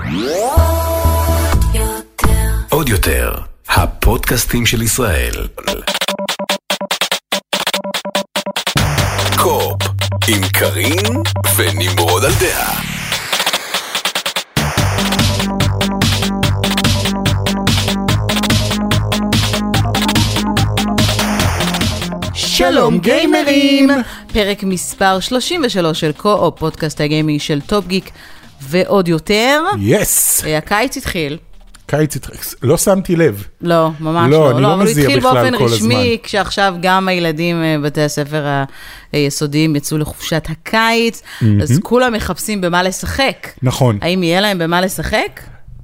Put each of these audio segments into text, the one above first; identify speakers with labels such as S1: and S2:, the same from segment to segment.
S1: עוד יותר, הפודקאסטים של ישראל. קופ, עם קרין ונמרוד על דעה.
S2: שלום גיימרים, פרק מספר 33 של קו-אופ, פודקאסט הגיימינג של טופ גיק ועוד יותר.
S3: יס.
S2: הקיץ התחיל.
S3: לא שמתי לב.
S2: לא, ממש
S3: לא. אני לא מזיע בכלל כל הזמן.
S2: אבל הוא התחיל באופן רשמי, כשעכשיו גם הילדים בבתי הספר היסודיים יצאו לחופשת הקיץ, אז כולם מחפשים במה לשחק.
S3: נכון.
S2: האם יהיה להם במה לשחק?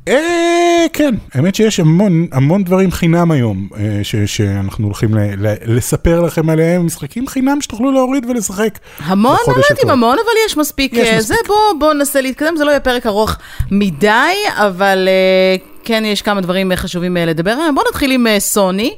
S3: כן, האמת שיש המון דברים חינם היום, שאנחנו הולכים לספר לכם עליהם, משחקים חינם שתוכלו להוריד ולשחק.
S2: המון, לא יודעים המון, אבל יש מספיק. זה בוא ננסה להתקדם, זה לא יהיה פרק ארוך מדי, אבל כן, יש כמה דברים חשובים לדבר עליהם. בואו נתחיל עם סוני,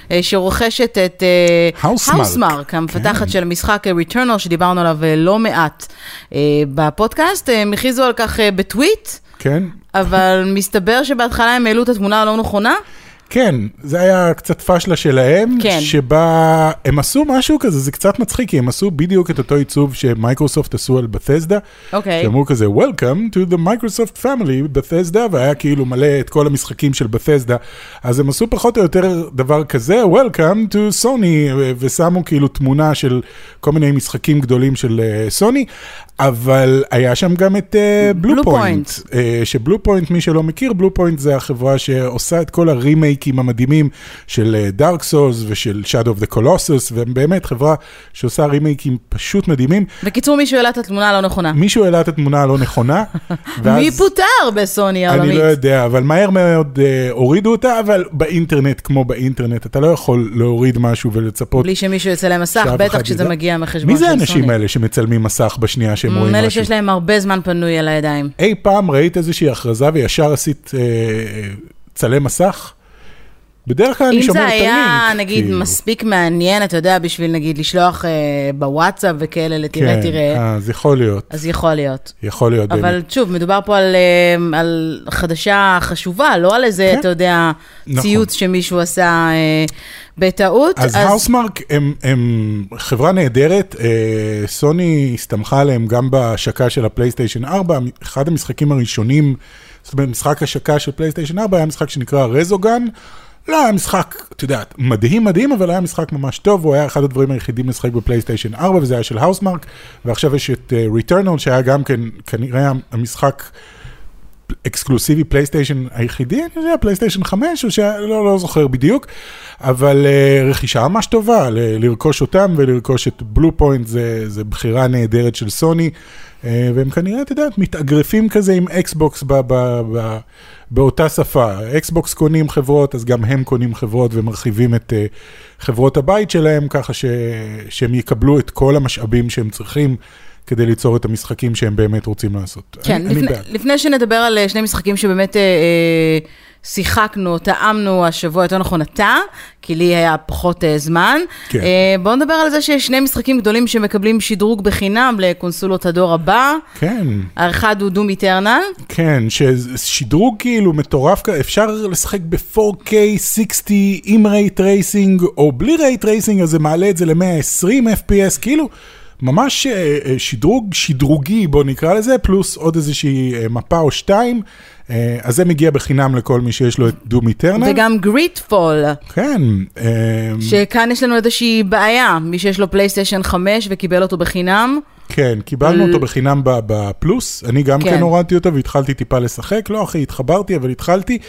S2: שרוכשת את Housemarque, המפתחת של משחק Returnal, שדיברנו עליו לא מעט בפודקאסט. הם הכריזו על כך בטוויט,
S3: כן.
S2: אבל מסתבר שבהתחלה הם העלו את התמונה הלא נכונה?
S3: כן, זה היה קצת פשלה שלהם,
S2: כן.
S3: שבה הם עשו משהו כזה, זה קצת מצחיק, כי הם עשו בדיוק את אותו עיצוב שמייקרוסופט עשו על בת'סדה, שאמרו כזה, Welcome to the Microsoft family, בת'סדה, והיה כאילו מלא את כל המשחקים של בת'סדה, אז הם עשו פחות או יותר דבר כזה, Welcome to Sony, ושמו כאילו תמונה של כל מיני משחקים גדולים של סוני, אבל היה שם גם את בלו פוינט, שבלו פוינט, מי שלא מכיר, בלו פוינט זה החברה שעושה את כל הרימייקים המדהימים של דארק סולס ושל Shadow of the Colossus, והם באמת חברה שעושה רימייקים פשוט מדהימים. בקיצור,
S2: מישהו העלה את התמונה הלא נכונה.
S3: מישהו העלה את התמונה הלא נכונה.
S2: מי פוטר בסוני העולמית?
S3: אני לא יודע, אבל מהר מאוד הורידו אותה, אבל באינטרנט, כמו באינטרנט, אתה לא יכול להוריד משהו ולצפות.
S2: בלי שמישהו יצלם מסך, בטח כשזה מגיע מחשבון של סוני.
S3: מי זה האנשים האלה שמצלמים מסך בשנייה שהם רואים משהו?
S2: אלה שיש להם הרבה זמן פנוי על הידיים.
S3: אי פעם ראית איזושהי הכרזה וישר עשית צלם מסך? בדרך כלל אני שומר את הלינק.
S2: אם זה היה, נגיד, מספיק מעניין, אתה יודע, בשביל, נגיד, לשלוח בוואטסאפ וכאלה, תראה.
S3: אז יכול להיות.
S2: אז יכול להיות.
S3: יכול להיות.
S2: אבל שוב, מדובר פה על חדשה חשובה, לא על איזה, אתה יודע, ציוץ שמישהו עשה בטעות.
S3: אז Housemarque הם חברה נהדרת, סוני הסתמכה עליהם גם בהשקה של הפלייסטיישן 4, אחד המשחקים הראשונים, זאת אומרת, משחק השקה של פלייסטיישן 4 היה משחק שנקרא רזוגן, לא היה משחק, אתה יודע, מדהים, אבל היה משחק ממש טוב, הוא היה אחד הדברים היחידים לשחק בפלייסטיישן 4, וזה היה של Housemarque, ועכשיו יש את Returnal, שהיה גם כן, כנראה המשחק אקסקלוסיבי פלייסטיישן היחידי, אני יודע, פלייסטיישן 5, או לא זוכר בדיוק, אבל רכישה ממש טובה, לרכוש אותם ולרכוש את בלו פוינט, זה בחירה נהדרת של סוני, והם כנראה, אתה יודע, מתאגרפים כזה עם אקסבוקס באותה שפה. אקסבוקס קונים חברות, אז גם הם קונים חברות ומרחיבים את חברות הבית שלהם, ככה שהם יקבלו את כל המשאבים שהם צריכים, כדי ליצור את המשחקים שהם באמת רוצים לעשות.
S2: כן, לפני שנדבר על שני משחקים שבאמת שיחקנו, טעמנו השבוע, יותר נכון אתה, כי לי היה פחות זמן. בואו נדבר על זה שיש שני משחקים גדולים שמקבלים שדרוג בחינם לקונסולות הדור הבא.
S3: כן.
S2: האחד הוא דום איטרנל.
S3: כן, ששדרוג כאילו מטורף, אפשר לשחק ב-4K 60 עם רייט רייסינג, או בלי רייט רייסינג, אז זה מעלה את זה ל-120 FPS, כאילו, ממש שדרוגי, בוא נקרא לזה, פלוס עוד איזושהי מפה או שתיים, אז זה מגיע בחינם לכל מי שיש לו את דום איטרנל.
S2: וגם גרידפול.
S3: כן.
S2: שכאן יש לנו איזושהי בעיה, מי שיש לו פלייסטיישן 5 וקיבל אותו בחינם.
S3: כן, קיבלנו אותו בחינם בפלוס, אני גם כן הורדתי אותו והתחלתי טיפה לשחק, לא אחי, התחברתי, אבל התחלתי.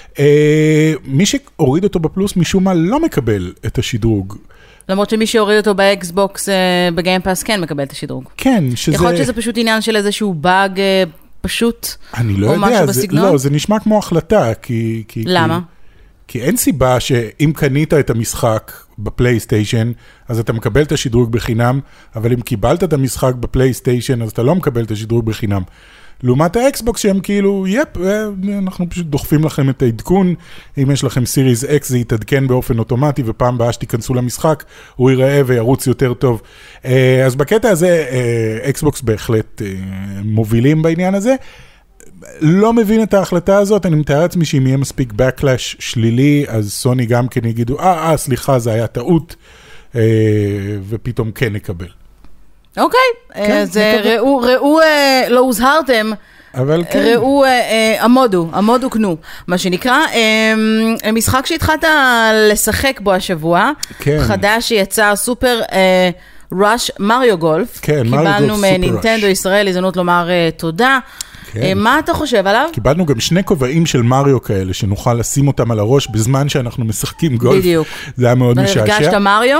S3: מי שהוריד אותו בפלוס משום מה לא מקבל את השדרוג.
S2: למרות שמי שהוריד אותו באקסבוקס, בגיימפאס, כן מקבל את השדרוג.
S3: כן, שזה...
S2: יכול להיות שזה פשוט עניין של איזשהו באג פשוט,
S3: אני לא יודע, לא, זה נשמע כמו החלטה, כי...
S2: למה?
S3: כי אין סיבה שאם קנית את המשחק בפלייסטיישן, אז אתה מקבל את השדרוג בחינם, אבל אם קיבלת את המשחק בפלייסטיישן, אז אתה לא מקבל את השדרוג בחינם. לעומת האקסבוקס שהם כאילו, אנחנו פשוט דוחפים לכם את העדכון, אם יש לכם סיריז X זה יתעדכן באופן אוטומטי, ופעם הבאה שתיכנסו למשחק, הוא ייראה וירוץ יותר טוב. אז בקטע הזה, אקסבוקס בהחלט מובילים בעניין הזה. לא מבין את ההחלטה הזאת, אני מתאר לעצמי שאם יהיה מספיק backlash שלילי, אז סוני גם כן יגידו, סליחה, זה היה טעות, ופתאום כן נקבל.
S2: אוקיי, אז ראו, לא הוזהרתם,
S3: אבל כן.
S2: ראו, עמודו קנו, מה שנקרא, משחק שהתחלת לשחק בו השבוע,
S3: כן.
S2: חדש שיצא סופר ראש מריו גולף,
S3: כן, מריו גולף
S2: קיבלנו
S3: סופר
S2: מנינטנדו ישראל הזדמנות לומר תודה.
S3: כן.
S2: מה אתה חושב עליו?
S3: קיבלנו גם 2 כובעים של מריו כאלה, שנוכל לשים אותם על הראש בזמן שאנחנו משחקים גולף.
S2: בדיוק.
S3: זה היה מאוד משעשע.
S2: הרגשת מריו?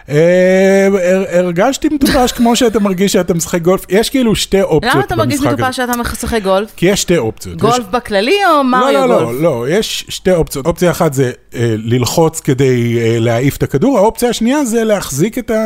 S3: הרגשתי מטופש כמו שאתה מרגיש שאתה משחק גולף. יש כאילו 2 אופציות במשחק.
S2: למה אתה מרגיש מטופש שאתה משחק גולף?
S3: כי יש 2 אופציות.
S2: גולף בכללי או מריו גולף?
S3: לא, יש 2 אופציות. אופציה אחת זה ללחוץ כדי להעיף את הכדור, האופציה השנייה זה להחזיק את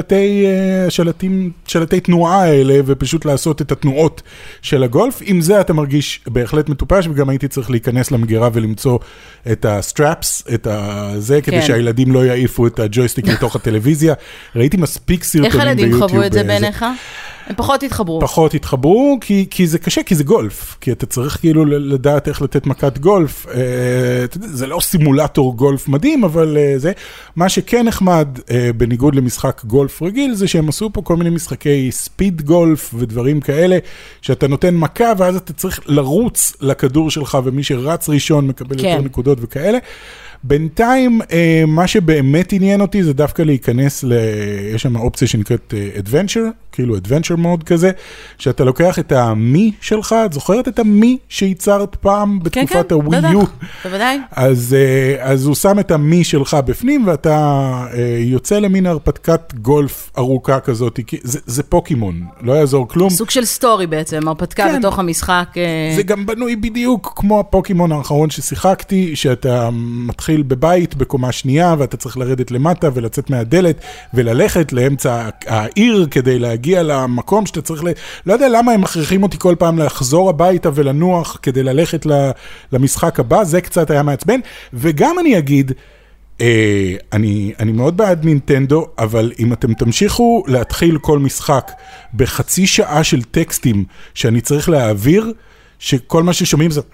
S3: השלטי תנועה האלה, ופשוט לעשות את התנועות של הגולף. עם זה אתה מרגיש בהחלט מטופש, וגם הייתי צריך להיכנס למגירה ולמצוא את הסטראפס, את זה, כדי שהילדים לא יעיפו את הג'ויסטיק לתוך הטלוויזיה. ראיתי מספיק סרטונים ביוטיוב.
S2: איך ילדים חוו את זה בעיניך? הם פחות התחברו.
S3: פחות התחברו, כי זה קשה, כי זה גולף. כי אתה צריך כאילו לדעת איך לתת מכת גולף. זה לא סימולטור גולף מדהים, אבל זה. מה שכן נחמד, בניגוד למשחק גולף רגיל, זה שהם עשו פה כל מיני משחקי ספיד גולף ודברים כאלה, שאתה נותן מכה, ואז אתה צריך לרוץ לכדור שלך, ומי שרץ ראשון מקבל יותר נקודות וכאלה. בינתיים, מה שבאמת עניין אותי זה דווקא להיכנס, יש שם אופציה שנקראת Adventure, כאילו Adventure Mode כזה, שאתה לוקח את המי שלך, את זוכרת את המי שייצרת פעם בתקופת הווי-יו?
S2: בוודאי.
S3: אז הוא שם את המי שלך בפנים, ואתה יוצא למין הרפתקת גולף ארוכה כזאת, זה פוקימון, לא יעזור כלום.
S2: סוג של סטורי בעצם, הרפתקה בתוך המשחק.
S3: זה גם בנוי בדיוק כמו הפוקימון האחרון ששיחקתי, שאתה מתחיל בבית בקומה שנייה, ואתה צריך לרדת למטה ולצאת מהדלת, וללכת לאמצע העיר כדי להגיע למקום שאתה צריך לא יודע למה הם מכריחים אותי כל פעם לחזור הביתה ולנוח כדי ללכת למשחק הבא, זה קצת היה מעצבן, וגם אני אגיד, אני מאוד בעד נינטנדו, אבל אם אתם תמשיכו להתחיל כל משחק בחצי שעה של טקסטים שאני צריך להעביר, שכל מה ששומעים זה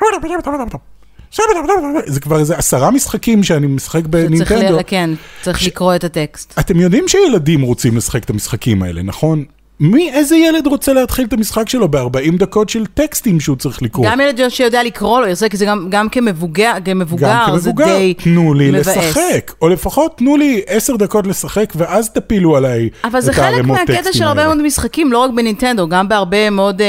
S3: זה כבר איזה 10 משחקים שאני משחק בנינטנדו.
S2: כן, צריך לקרוא את הטקסט.
S3: אתם יודעים שילדים רוצים לשחק את המשחקים האלה, נכון? איזה ילד רוצה להתחיל את המשחק שלו ב-40 דקות של טקסטים שהוא צריך לקרוא?
S2: גם ילד שיודע לקרוא לו, כי זה גם כמבוגר, זה די מבאס.
S3: תנו לי לשחק, או לפחות תנו לי 10 דקות לשחק, ואז תפילו עליי את הערימות טקסטים האלה.
S2: אבל זה חלק מהקטע של הרבה מאוד משחקים, לא רק בנינטנדו, גם בהרבה מאוד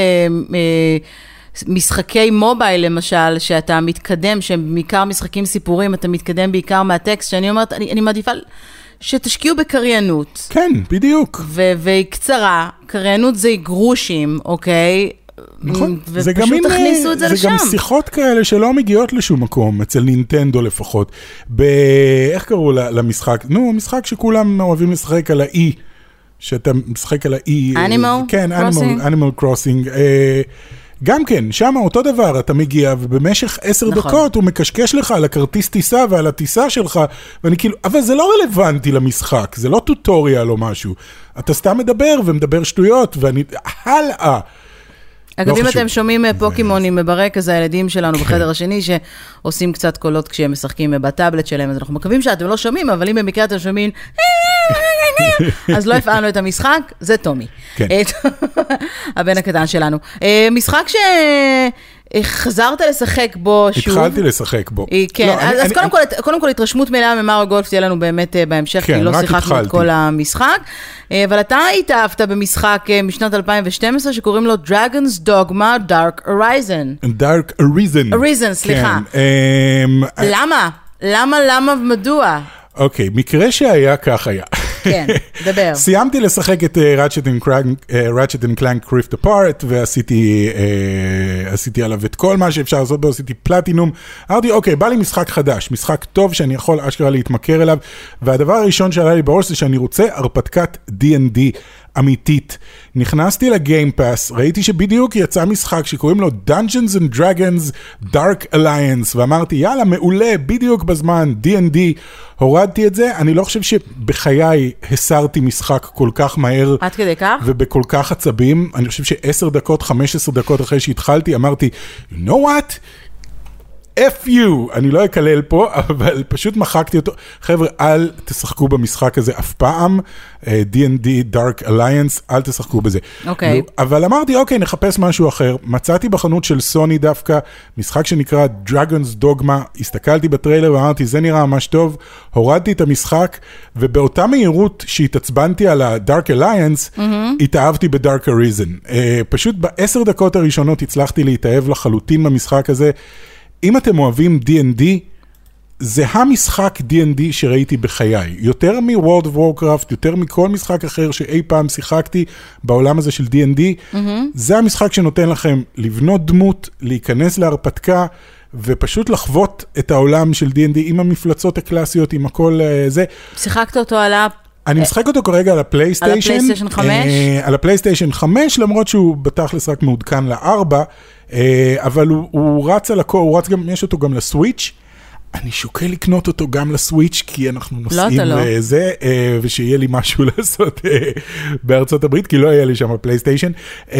S2: משחקי מובייל למשל, שאתה מתקדם, שהם בעיקר משחקים סיפורים, אתה מתקדם בעיקר מהטקסט, שאני אומרת, אני מעדיפה שתשקיעו בקריינות.
S3: כן, בדיוק.
S2: והיא קצרה, קריינות זה גרושים, אוקיי?
S3: נכון.
S2: ופשוט תכניסו את זה לשם.
S3: זה גם שיחות כאלה שלא מגיעות לשום מקום, אצל נינטנדו לפחות. איך קראו למשחק? המשחק שכולם אוהבים לשחק על האי, שאתה משחק על האי.
S2: Animal Crossing.
S3: Animal Crossing. גם כן, שם אותו דבר, אתה מגיע, ובמשך 10 דקות הוא מקשקש לך על הכרטיס טיסה ועל הטיסה שלך, ואני כאילו, אבל זה לא רלוונטי למשחק, זה לא טוטוריאל או משהו. אתה סתם מדבר ומדבר שטויות, ואני, הלאה.
S2: אגב, אם אתם שומעים פוקימונים ברקע, אז הילדים שלנו בחדר השני, שעושים קצת קולות כשהם משחקים בטאבלט שלהם, אז אנחנו מקווים שאתם לא שומעים, אבל אם במקרה אתם שומעים, אז לא הפעלנו את המשחק, זה טומי. הבן הקטן שלנו. משחק שחזרת לשחק בו שוב.
S3: התחלתי לשחק בו.
S2: כן, אז קודם כל התרשמות מלאה ממריו גולף תהיה לנו באמת בהמשך, כי לא שיחקנו את כל המשחק. אבל אתה התאהבת במשחק משנת 2012, שקוראים לו Dragon's Dogma Dark Arisen.
S3: Dark Arisen.
S2: Arisen, סליחה. למה, מדוע?
S3: אוקיי, מקרה שהיה כך היה.
S2: כן, דבר.
S3: סיימתי לשחק את Ratchet and Clank Rift Apart, ועשיתי עליו את כל מה שאפשר לעשות בו, עשיתי פלטינום. אמרתי, אוקיי, בא לי משחק חדש, משחק טוב שאני יכול אשכרה להתמכר אליו, והדבר הראשון שעלה לי בראש זה שאני רוצה הרפתקת D&D אמיתית. נכנסתי לגיימפאס, ראיתי שבדיוק יצא משחק שקוראים לו Dungeons and Dragons Dark Alliance, ואמרתי, יאללה, מעולה, בדיוק בזמן, D&D, הורדתי את זה, אני לא חושב שבחיי הסרתי משחק כל כך מהר,
S2: עד כדי כך?
S3: ובכל כך עצבים, אני חושב ש10 דקות, 15 דקות אחרי שהתחלתי, אמרתי, you know what? F you, אני לא אקלל פה, אבל פשוט מחקתי אותו. חבר'ה, אל תשחקו במשחק הזה אף פעם, D&D Dark Alliance, אל תשחקו בזה.
S2: אוקיי.
S3: אבל אמרתי, אוקיי, נחפש משהו אחר. מצאתי בחנות של סוני דווקא, משחק שנקרא Dragon's Dogma, הסתכלתי בטריילר ואמרתי, זה נראה ממש טוב, הורדתי את המשחק, ובאותה מהירות שהתעצבנתי על ה-Dark Alliance, התאהבתי ב-Dark Arisen. פשוט ב10 דקות הראשונות הצלחתי להתאהב לחלוטין במשחק הזה, אם אתם אוהבים D&D, זה המשחק D&D שראיתי בחיי. יותר מ-World of Warcraft, יותר מכל משחק אחר שאי פעם שיחקתי בעולם הזה של D&D, זה המשחק שנותן לכם לבנות דמות, להיכנס להרפתקה, ופשוט לחוות את העולם של D&D עם המפלצות הקלאסיות, עם הכל זה.
S2: שיחקת אותו על
S3: אני משחק אותו כרגע על הפלייסטיישן.
S2: על הפלייסטיישן 5?
S3: על הפלייסטיישן 5, למרות שהוא בתכלס רק מעודכן ל4, אבל הוא רץ על הקור, הוא רץ גם, יש אותו גם לסוויץ'. אני שוקל לקנות אותו גם לסוויץ', כי אנחנו נוסעים לזה, ושיהיה לי משהו לעשות בארצות הברית, כי לא היה לי שם הפלייסטיישן.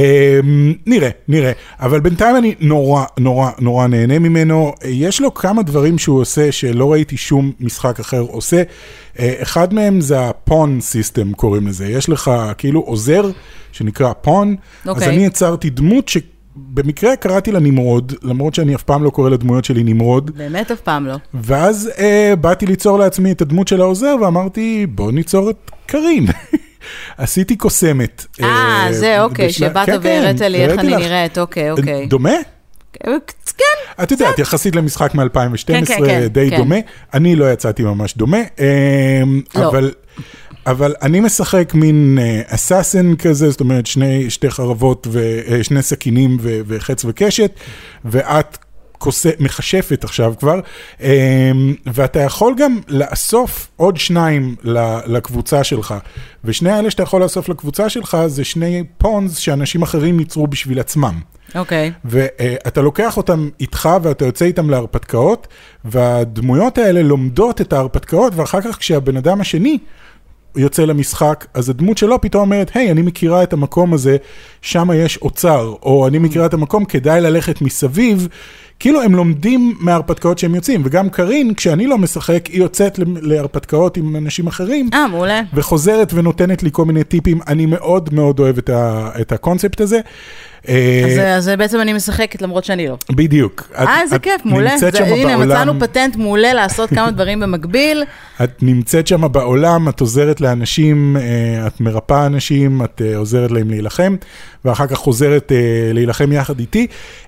S3: נראה. אבל בינתיים אני נורא נהנה ממנו. יש לו כמה דברים שהוא עושה, שלא ראיתי שום משחק אחר עושה. אחד מהם זה הפון סיסטם, קוראים לזה. יש לך כאילו עוזר, שנקרא פון. אז אני יצרתי דמות במקרה קראתי לה נמרוד, למרות שאני אף פעם לא קורא לדמויות שלי נמרוד.
S2: באמת אף פעם לא.
S3: ואז באתי ליצור לעצמי את הדמות של העוזר, ואמרתי, בוא ניצור את קרין. עשיתי קוסמת.
S2: זה אוקיי, שבאת והראית לי איך אני נראית, אוקיי.
S3: דומה?
S2: כן.
S3: את יודעת, יחסית למשחק מ-2012, די דומה. אני לא יצאתי ממש דומה.
S2: לא.
S3: אבל אני משחק מין אסאסן כזה, זאת אומרת שתי חרבות ושני סכינים וחץ וקשת, ואת מחשפת עכשיו כבר, ואתה יכול גם לאסוף עוד 2 לקבוצה שלך, ושני האלה שאתה יכול לאסוף לקבוצה שלך, זה 2 פונס שאנשים אחרים ייצרו בשביל עצמם.
S2: אוקיי.
S3: ואתה לוקח אותם איתך, ואתה יוצא איתם להרפתקאות, והדמויות האלה לומדות את ההרפתקאות, ואחר כך כשהבן אדם השני יוצא למשחק, אז הדמות שלו פתאום אומרת, היי, אני מכירה את המקום הזה, שם יש אוצר, או אני מכירה את המקום, כדאי ללכת מסביב, כאילו הם לומדים מההרפתקאות שהם יוצאים, וגם קרין, כשאני לא משחק, היא יוצאת להרפתקאות עם אנשים אחרים,
S2: מעולה.
S3: וחוזרת ונותנת לי כל מיני טיפים, אני מאוד מאוד אוהב את הקונספט הזה.
S2: אז בעצם אני משחקת למרות שאני לא.
S3: בדיוק.
S2: זה כיף, מעולה. הנה, מצאנו פטנט מעולה לעשות כמה דברים במקביל.
S3: את נמצאת שם בעולם, את עוזרת לאנשים, את מרפאה אנשים, את עוזרת להם להילחם, ואחר כך חוזרת להילחם יחד איתי.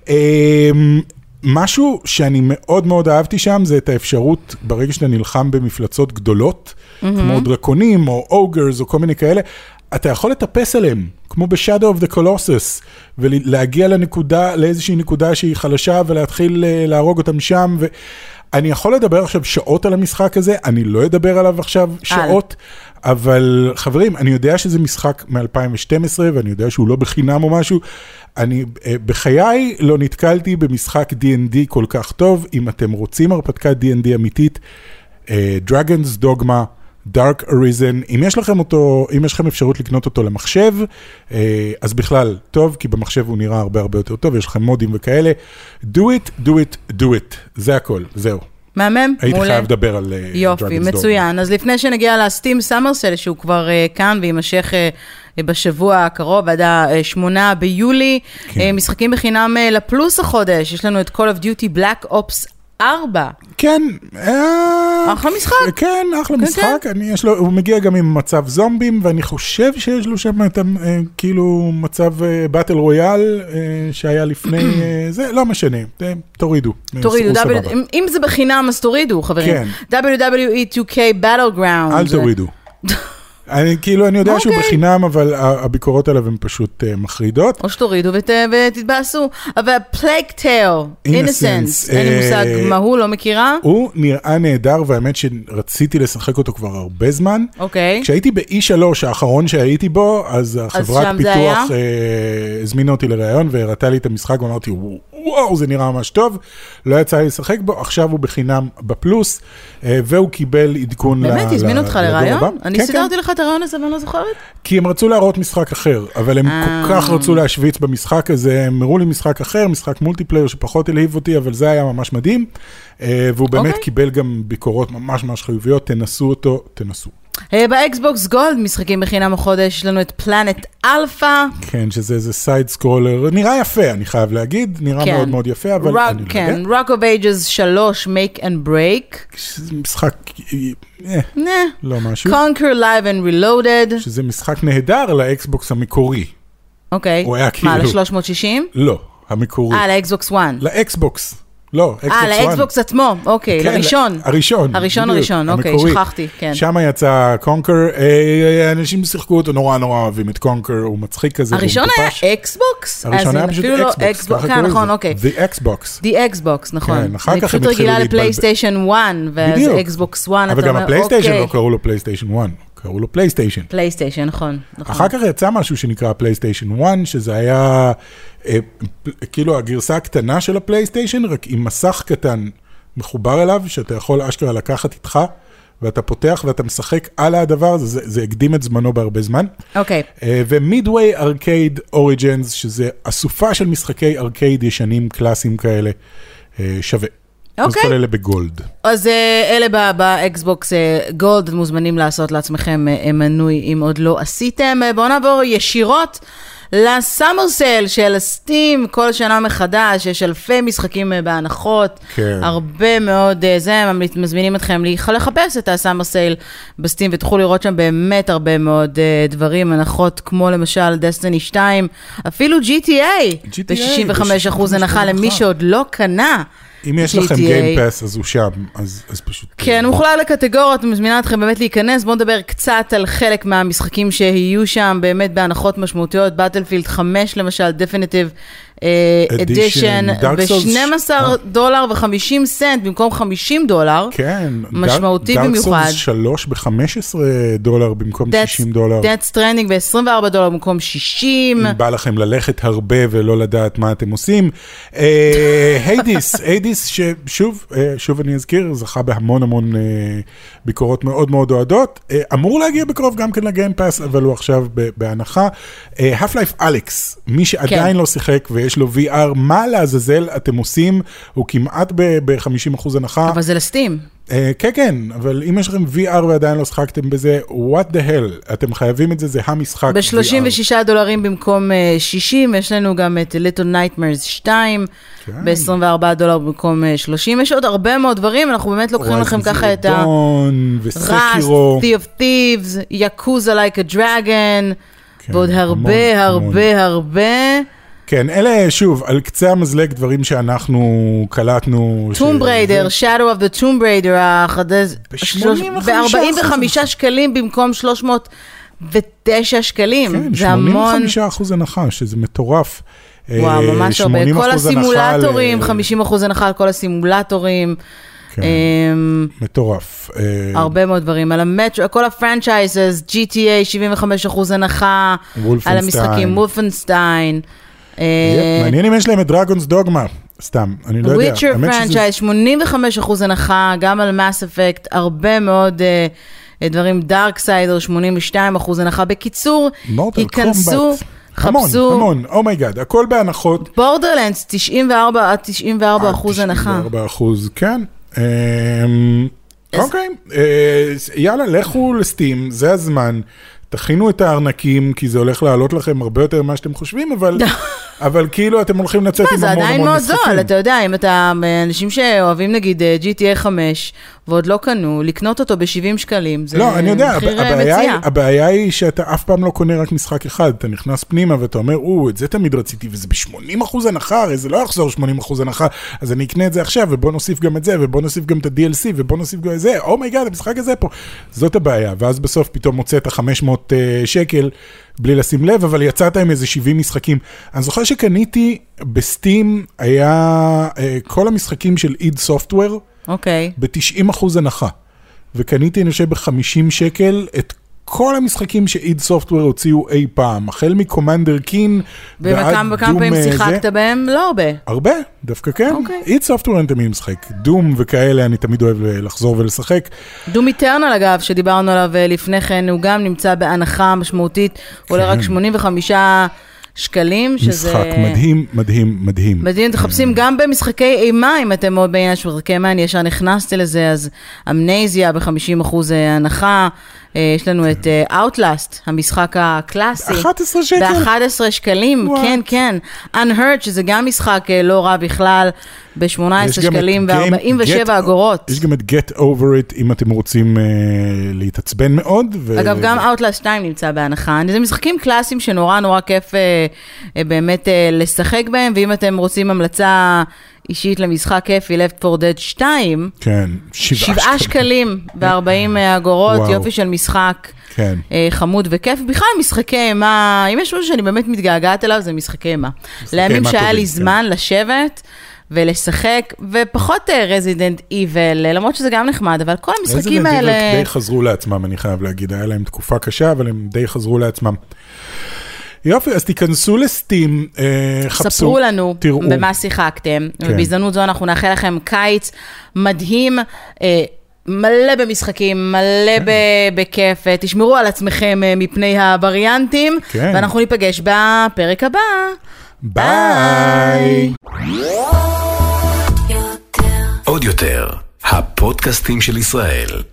S3: משהו שאני מאוד מאוד אהבתי שם, זה את האפשרות, ברגע שאתה נלחם במפלצות גדולות, כמו דרקונים או אוגרס או כל מיני כאלה, אתה יכול לטפס עליהם, כמו ב-Shadow of the Colossus, ולהגיע לאיזושהי נקודה שהיא חלשה, ולהתחיל להרוג אותם שם, ואני יכול לדבר עכשיו שעות על המשחק הזה, אני לא אדבר עליו עכשיו שעות, אבל חברים, אני יודע שזה משחק מ-2012, ואני יודע שהוא לא בחינם או משהו, אני בחיי לא נתקלתי במשחק D&D כל כך טוב, אם אתם רוצים הרפתקת D&D אמיתית, Dragon's Dogma, Dark Arisen, אם יש לכם אפשרות לקנות אותו למחשב, אז בכלל טוב, כי במחשב הוא נראה הרבה יותר טוב, יש לכם מודים וכאלה, do it, זה הכל, זהו.
S2: מהמם, מעולה.
S3: הייתי חייב לדבר על
S2: יופי, מצוין. אז לפני שנגיע לסטים סאמרסל, שהוא כבר כאן ויימשך בשבוע הקרוב, עד 8 ביולי, משחקים בחינם לפלוס החודש, יש לנו את Call of Duty Black Ops 4.
S3: כן.
S2: אחלה משחק.
S3: כן, אחלה משחק. הוא מגיע גם עם מצב זומבים, ואני חושב שיש לו שם את כאילו מצב באטל רויאל, שהיה לפני זה, לא משנה, תורידו.
S2: אם זה בחינם, אז תורידו, חברים. WWE 2K Battlegrounds.
S3: אל תורידו. אני יודע שהוא בחינם, אבל הביקורות עליו הן פשוט מחרידות.
S2: או שתורידו ותתבאסו. אבל פלייק טייל, אינוסנס, אין לי מושג מה הוא, לא מכירה.
S3: הוא נראה נהדר, והאמת שרציתי לשחק אותו כבר הרבה זמן.
S2: אוקיי.
S3: כשהייתי ב-E3 האחרון שהייתי בו, אז החברת פיתוח הזמינה אותי לראיון, והראתה לי את המשחק, ואמרתי, וואו, זה נראה ממש טוב. לא יצא לי לשחק בו, עכשיו הוא בחינם בפלוס, והוא קיבל עדכון
S2: באמת, הזמינו אותך לראיון? אני סידרתי לך את הרעיון הזה, אבל אני לא זוכרת.
S3: כי הם רצו להראות משחק אחר, אבל הם כל כך רצו להשוויץ במשחק הזה, הם הראו לי משחק אחר, משחק מולטיפלייר שפחות הלהיב אותי, אבל זה היה ממש מדהים, והוא באמת קיבל גם ביקורות ממש ממש חיוביות, תנסו אותו, תנסו.
S2: באקסבוקס גולד, משחקים בחינם החודש, יש לנו את פלנט אלפא.
S3: כן, שזה איזה סייד סקרולר, נראה יפה, אני חייב להגיד, נראה מאוד מאוד יפה, אבל אני לא יודע.
S2: כן, Rock of Ages 3, Make and Break.
S3: שזה משחק, לא משהו.
S2: Conquer Live and Reloaded.
S3: שזה משחק נהדר לאקסבוקס המקורי.
S2: אוקיי.
S3: הוא היה כאילו...
S2: מה, ל-360?
S3: לא, המקורי.
S2: לאקסבוקס 1.
S3: לאקסבוקס. לא, אקסבוקס 1.
S2: לאקסבוקס עצמו, אוקיי, לראשון.
S3: הראשון,
S2: אוקיי, שכחתי, כן.
S3: שם יצא קונקר, אנשים שיחקו אותו נורא אוהבים את קונקר, הוא מצחיק כזה.
S2: הראשון היה אקסבוקס?
S3: הראשון היה פשוט אקסבוקס,
S2: כן, נכון, אוקיי.
S3: The Xbox.
S2: The Xbox, נכון.
S3: אחר כך הם
S2: פשוט רגילה לפלייסטיישן 1, ואז אקסבוקס 1,
S3: אבל גם הפלייסטיישן לא קראו לו פלייסטיישן 1. קראו לו פלייסטיישן.
S2: פלייסטיישן, נכון.
S3: אחר כך יצא משהו שנקרא פלייסטיישן 1, שזה היה כאילו הגרסה הקטנה של הפלייסטיישן, רק עם מסך קטן מחובר אליו, שאתה יכול אשכרה לקחת איתך, ואתה פותח ואתה משחק על הדבר הזה, זה הקדים את זמנו בהרבה זמן.
S2: אוקיי.
S3: ומידווי ארקייד אוריג'נס, שזה אסופה של משחקי ארקייד ישנים קלאסיים כאלה, שווה. אז כל אלה בגולד.
S2: אז אלה באקסבוקס גולד, מוזמנים לעשות לעצמכם מנוי אם עוד לא עשיתם. בואו נעבור ישירות לסאמר סייל של סטים, כל שנה מחדש, יש אלפי משחקים בהנחות, הרבה מאוד, זה, מזמינים אתכם לחפש את הסאמר סייל בסטים, ותוכלו לראות שם באמת הרבה מאוד דברים, הנחות כמו למשל דסטיני 2, אפילו GTA, ב-65% הנחה למי שעוד לא קנה.
S3: אם יש לכם Game Pass, אז הוא שם, אז פשוט...
S2: כן, הוא מוכלל לקטגוריות, מזמינה אתכם באמת להיכנס, בואו נדבר קצת על חלק מהמשחקים שיהיו שם, באמת בהנחות משמעותיות, Battlefield 5 למשל, Definitive Edition, $12.50 במקום $50,
S3: כן,
S2: משמעותי במיוחד.
S3: Dark Souls 3 $15 במקום $60.
S2: Death Stranding $24 במקום $60.
S3: אם בא לכם ללכת הרבה ולא לדעת מה אתם עושים. היידיס, ששוב אני אזכיר, זכה בהמון ביקורות מאוד מאוד אוהדות, אמור להגיע בקרוב גם כן לגיים פאס, אבל הוא עכשיו בהנחה. Half-Life Alyx, מי שעדיין לא שיחק ויש לו VR, מה לעזאזל אתם עושים, הוא כמעט ב-50% הנחה.
S2: אבל זה לסטים.
S3: כן, אבל אם יש לכם VR ועדיין לא שחקתם בזה, what the hell, אתם חייבים את זה, זה המשחק
S2: $36 במקום 60, יש לנו גם את Little Nightmares 2, ב-$24 במקום 30, יש עוד הרבה מאוד דברים, אנחנו באמת לוקחים לכם ככה את Rust, Sea of Thieves, Yakuza Like a Dragon, ועוד הרבה.
S3: כן, אלה שוב, על קצה המזלג דברים שאנחנו קלטנו.
S2: Tomb Raider, Shadow of the Tomb Raider, ב-45 שקלים במקום 309 שקלים.
S3: כן, 85% הנחה, שזה מטורף.
S2: וואו, ממש הרבה. כל הסימולטורים, 50% הנחה על כל הסימולטורים.
S3: מטורף.
S2: הרבה מאוד דברים. על כל הפרנצ'ייזס, GTA, 75% הנחה, על המשחקים, וולפנשטיין.
S3: מעניין אם יש להם את דרגונס דוגמה, סתם, אני לא יודע.
S2: וויצ'ר פרנצ'ייז, 85% הנחה, גם על מס אפקט, הרבה מאוד דברים, דארקסיידר, 82% הנחה. בקיצור, ייכנסו, חפשו.
S3: המון, אומייגאד, הכל בהנחות.
S2: בורדרלנדס, 94% הנחה.
S3: 94%, כן. אוקיי, יאללה, לכו לסטים, זה הזמן. תכינו את הארנקים, כי זה הולך לעלות לכם הרבה יותר ממה שאתם חושבים, אבל כאילו אתם הולכים לצאת עם המון
S2: משחקים. זה עדיין מאוד זול, אתה יודע, אם אתה אנשים שאוהבים נגיד GTA 5, ועוד לא קנו, לקנות אותו ב-70 שקלים, זה
S3: לא, אני יודע,
S2: מחיר מציע.
S3: הבעיה היא שאתה אף פעם לא קונה רק משחק אחד, אתה נכנס פנימה ואתה אומר, את זה תמיד רציתי, וזה ב-80% הנחה, הרי זה לא יחזור 80% הנחה, אז אני אקנה את זה עכשיו, ובוא נוסיף גם את זה, ובוא נוסיף גם את ה-DLC, ובוא נוסיף גם את זה, אומייגאד, המשחק הזה פה. זאת הבעיה, ואז בסוף פתאום מוצא את ה-500 שקל, בלי לשים לב, אבל יצאת עם איזה 70 משחקים. אני זוכר שקניתי בסטים, היה כל המשחקים של איד סופטוור, ב-90% הנחה. וקניתי, אני חושב, ב-50 שקל את כל המשחקים שאיד סופטוור הוציאו אי פעם, החל מקומנדר קין ועד דום.
S2: וכמה פעמים שיחקת בהם? לא הרבה.
S3: הרבה, דווקא כן. איד סופטוור אני תמיד משחק. דום וכאלה אני תמיד אוהב לחזור ולשחק.
S2: דום איטרנל אגב, שדיברנו עליו לפני כן, הוא גם נמצא בהנחה משמעותית, עולה רק 85 שקלים, שזה...
S3: משחק מדהים, מדהים, מדהים.
S2: מדהים, תחפשים גם במשחקי אימה, אם אתם מאוד בעניין של משחקי אימה, אני ישר נכנסתי לזה, אז אמנזיה ב-50% הנחה, יש לנו את Outlast, המשחק הקלאסי.
S3: 11 שקל?
S2: ב-11 שקלים, כן, כן. Unheard, שזה גם משחק לא רע בכלל, ב-18 שקלים ו-47 אגורות.
S3: יש גם את Get Over It, אם אתם רוצים להתעצבן מאוד.
S2: אגב, גם Outlast 2 נמצא בהנחה. זה משחקים קלאסיים שנורא נורא כיף באמת לשחק בהם, ואם אתם רוצים המלצה אישית למשחק כיפי, Left 4 Dead 2,
S3: כן,
S2: 7 שקלים ו-40 אגורות, יופי של משחק חמוד וכיף. בכלל משחקי אימה, אם יש משהו שאני באמת מתגעגעת אליו, זה משחקי אימה. לימים שהיה לי זמן לשבת ולשחק, ופחות רזידנט איבל, למרות שזה גם נחמד, אבל כל המשחקים האלה...
S3: רזידנט איבל די חזרו לעצמם, אני חייב להגיד, היה להם תקופה קשה, אבל הם די חזרו לעצמם. יופי, אז תיכנסו לסטים, חפשו,
S2: ספרו לנו במה שיחקתם, ובהזדמנות זו אנחנו נאחל לכם קיץ מדהים, מלא במשחקים, מלא בכיף, תשמרו על עצמכם מפני הווריאנטים, ואנחנו ניפגש בפרק הבא.
S3: ביי!
S1: עוד יותר, הפודקאסטים של ישראל.